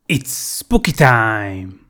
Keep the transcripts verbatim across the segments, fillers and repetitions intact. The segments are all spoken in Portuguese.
It's spooky time!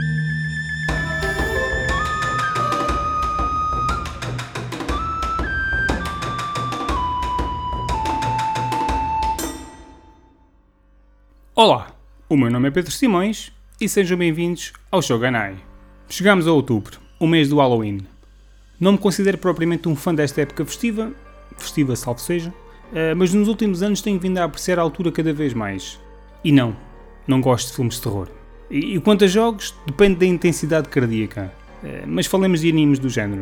Olá, o meu nome é Pedro Simões e sejam bem-vindos ao Shoganai. Chegamos a outubro, o mês do Halloween. Não me considero propriamente um fã desta época festiva, festiva salvo seja, mas nos últimos anos tenho vindo a apreciar a altura cada vez mais. E não, não gosto de filmes de terror. E, e quanto a jogos, depende da intensidade cardíaca, mas falemos de animes do género.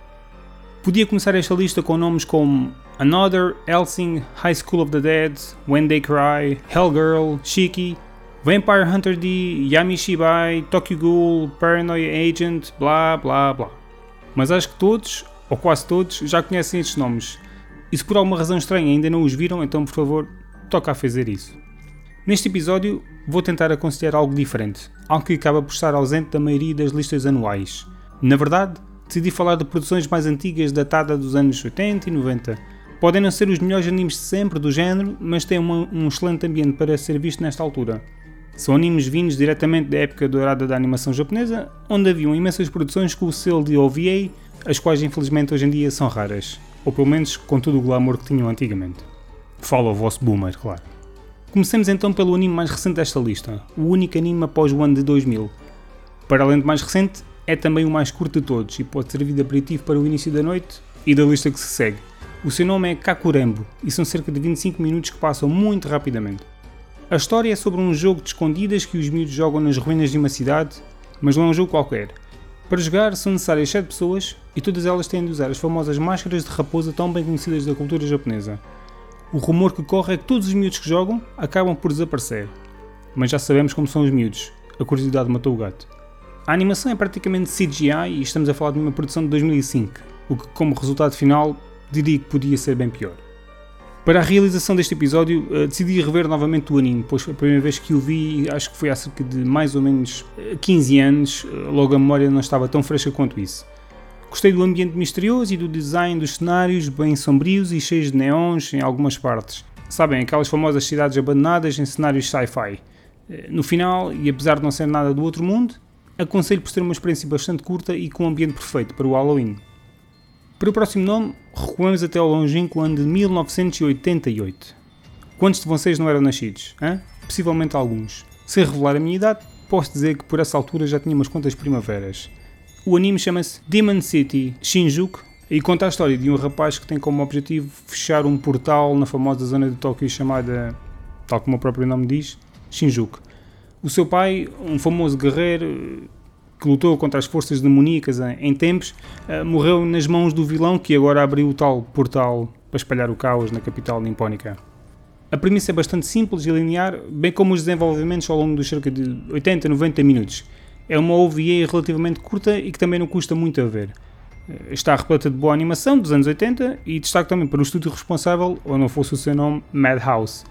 Podia começar esta lista com nomes como Another, Hellsing, High School of the Dead, When They Cry, Hellgirl, Shiki, Vampire Hunter D, Yami Shibai, Tokyo Ghoul, Paranoia Agent, blá blá blá. Mas acho que todos, ou quase todos, já conhecem estes nomes. E se por alguma razão estranha ainda não os viram, então por favor, toca a fazer isso. Neste episódio vou tentar aconselhar algo diferente, algo que acaba por estar ausente da maioria das listas anuais. Na verdade, decidi falar de produções mais antigas datadas dos anos oitenta e noventa. Podem não ser os melhores animes de sempre do género, mas têm uma, um excelente ambiente para ser visto nesta altura. São animes vindos diretamente da época dourada da animação japonesa, onde haviam imensas produções com o selo de O V A, as quais infelizmente hoje em dia são raras, ou pelo menos com todo o glamour que tinham antigamente. Fala o vosso boomer, claro. Comecemos então pelo anime mais recente desta lista, o único anime após o ano de dois mil. Para além de mais recente, é também o mais curto de todos e pode servir de aperitivo para o início da noite e da lista que se segue. O seu nome é Kakurenbo e são cerca de vinte e cinco minutos que passam muito rapidamente. A história é sobre um jogo de escondidas que os miúdos jogam nas ruínas de uma cidade, mas não é um jogo qualquer. Para jogar são necessárias sete pessoas e todas elas têm de usar as famosas máscaras de raposa tão bem conhecidas da cultura japonesa. O rumor que corre é que todos os miúdos que jogam acabam por desaparecer. Mas já sabemos como são os miúdos. A curiosidade matou o gato. A animação é praticamente C G I e estamos a falar de uma produção de dois mil e cinco, o que como resultado final diria que podia ser bem pior. Para a realização deste episódio decidi rever novamente o anime, pois a primeira vez que o vi acho que foi há cerca de mais ou menos quinze anos, logo a memória não estava tão fresca quanto isso. Gostei do ambiente misterioso e do design dos cenários, bem sombrios e cheios de neons em algumas partes. Sabem, aquelas famosas cidades abandonadas em cenários sci-fi. No final, e apesar de não ser nada do outro mundo, aconselho por ser uma experiência bastante curta e com um ambiente perfeito para o Halloween. Para o próximo nome, recuamos até ao longínquo ano de mil novecentos e oitenta e oito. Quantos de vocês não eram nascidos? Hein? Possivelmente alguns. Sem revelar a minha idade, posso dizer que por essa altura já tinha umas quantas primaveras. O anime chama-se Demon City Shinjuku e conta a história de um rapaz que tem como objetivo fechar um portal na famosa zona de Tóquio chamada, tal como o próprio nome diz, Shinjuku. O seu pai, um famoso guerreiro que lutou contra as forças demoníacas em tempos, morreu nas mãos do vilão que agora abriu o tal portal para espalhar o caos na capital nipónica. A premissa é bastante simples e linear, bem como os desenvolvimentos ao longo dos cerca de oitenta a noventa minutos. É uma O V A relativamente curta e que também não custa muito a ver. Está repleta de boa animação dos anos oitenta e destaque também para o estúdio responsável, ou não fosse o seu nome, Madhouse.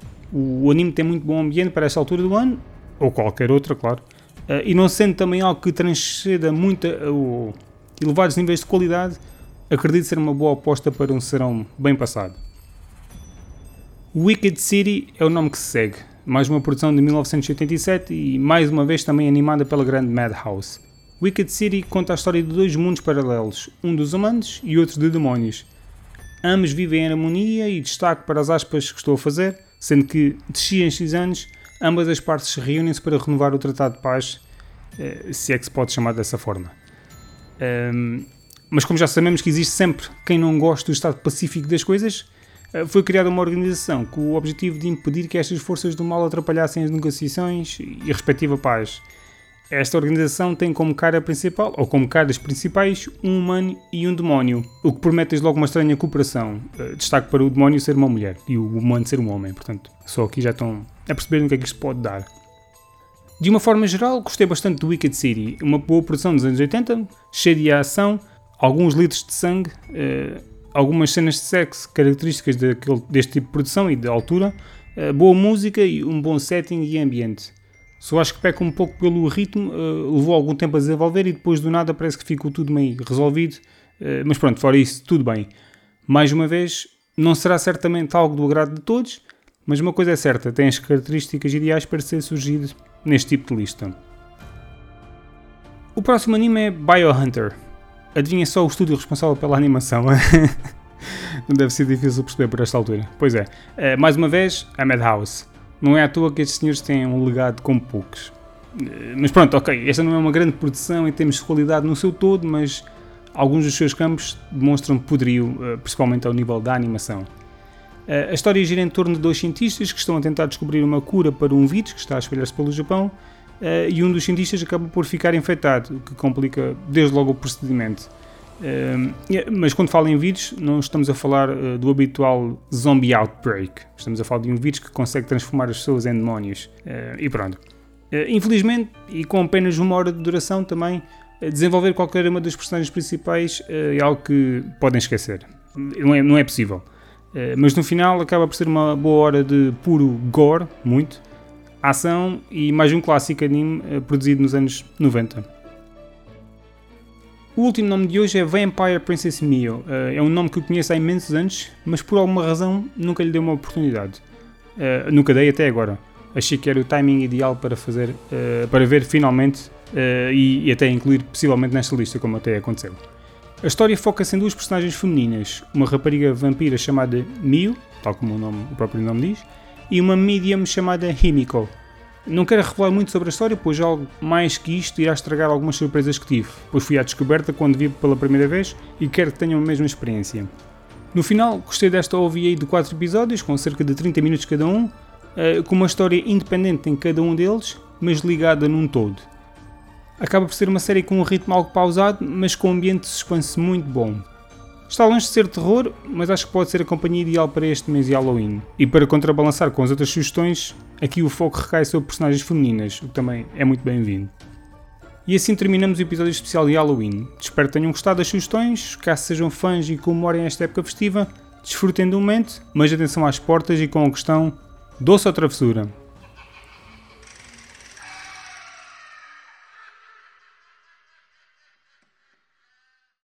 O anime tem muito bom ambiente para esta altura do ano, ou qualquer outra, claro, e não sendo também algo que transcenda muito a elevados níveis de qualidade, acredito ser uma boa aposta para um serão bem passado. Wicked City é o nome que se segue. Mais uma produção de mil novecentos e oitenta e sete e mais uma vez também animada pela grande Madhouse. Wicked City conta a história de dois mundos paralelos, um dos humanos e outro de demónios. Ambos vivem em harmonia e destaque para as aspas que estou a fazer, sendo que de X em X anos ambas as partes se reúnem-se para renovar o Tratado de Paz, se é que se pode chamar dessa forma. Mas como já sabemos que existe sempre quem não gosta do estado pacífico das coisas, foi criada uma organização com o objetivo de impedir que estas forças do mal atrapalhassem as negociações e a respectiva paz. Esta organização tem como cara principal, ou como caras principais, um humano e um demónio, o que promete logo uma estranha cooperação. Destaque para o demónio ser uma mulher e o humano ser um homem, portanto, só aqui já estão a perceber o que é que isto pode dar. De uma forma geral, gostei bastante do Wicked City, uma boa produção dos anos oitenta, cheia de ação, alguns litros de sangue, uh, algumas cenas de sexo características daquele, deste tipo de produção e de altura, uh, boa música e um bom setting e ambiente. Só acho que peca um pouco pelo ritmo, uh, levou algum tempo a desenvolver e depois do nada parece que ficou tudo meio resolvido, uh, mas pronto, fora isso, tudo bem. Mais uma vez, não será certamente algo do agrado de todos, mas uma coisa é certa, tem as características ideais para ser surgido neste tipo de lista. O próximo anime é Biohunter. Adivinha só o estúdio responsável pela animação. Não deve ser difícil perceber por esta altura. Pois é, uh, mais uma vez, a Madhouse. Não é à toa que estes senhores têm um legado como poucos. Uh, mas pronto, ok, esta não é uma grande produção em termos de qualidade no seu todo, mas alguns dos seus campos demonstram poderio, uh, principalmente ao nível da animação. Uh, a história gira em torno de dois cientistas que estão a tentar descobrir uma cura para um vírus que está a espalhar-se pelo Japão, uh, e um dos cientistas acaba por ficar infectado, o que complica desde logo o procedimento. Uh, mas quando falo em vírus, não estamos a falar uh, do habitual zombie outbreak. Estamos a falar de um vírus que consegue transformar as pessoas em demónios. Uh, e pronto. Uh, infelizmente, e com apenas uma hora de duração também, uh, desenvolver qualquer uma das personagens principais uh, é algo que podem esquecer. Não é, não é possível. Uh, mas no final acaba por ser uma boa hora de puro gore, muito, ação e mais um clássico anime uh, produzido nos anos noventa. O último nome de hoje é Vampire Princess Mio. Uh, é um nome que eu conheço há imensos anos, mas por alguma razão nunca lhe dei uma oportunidade. Uh, nunca dei até agora. Achei que era o timing ideal para fazer, uh, para ver finalmente uh, e, e até incluir possivelmente nesta lista, como até aconteceu. A história foca-se em duas personagens femininas, uma rapariga vampira chamada Mio, tal como o, nome, o próprio nome diz, e uma medium chamada Himiko. Não quero revelar muito sobre a história, pois algo mais que isto irá estragar algumas surpresas que tive, pois fui à descoberta quando vi pela primeira vez e quero que tenham a mesma experiência. No final, gostei desta O V A de quatro episódios, com cerca de trinta minutos cada um, com uma história independente em cada um deles, mas ligada num todo. Acaba por ser uma série com um ritmo algo pausado, mas com um ambiente de suspense muito bom. Está longe de ser terror, mas acho que pode ser a companhia ideal para este mês de Halloween. E para contrabalançar com as outras sugestões, aqui o foco recai sobre personagens femininas, o que também é muito bem-vindo. E assim terminamos o episódio especial de Halloween. Espero que tenham gostado das sugestões, caso sejam fãs e comemorem esta época festiva, desfrutem do momento, mas atenção às portas e com a questão doce ou travessura.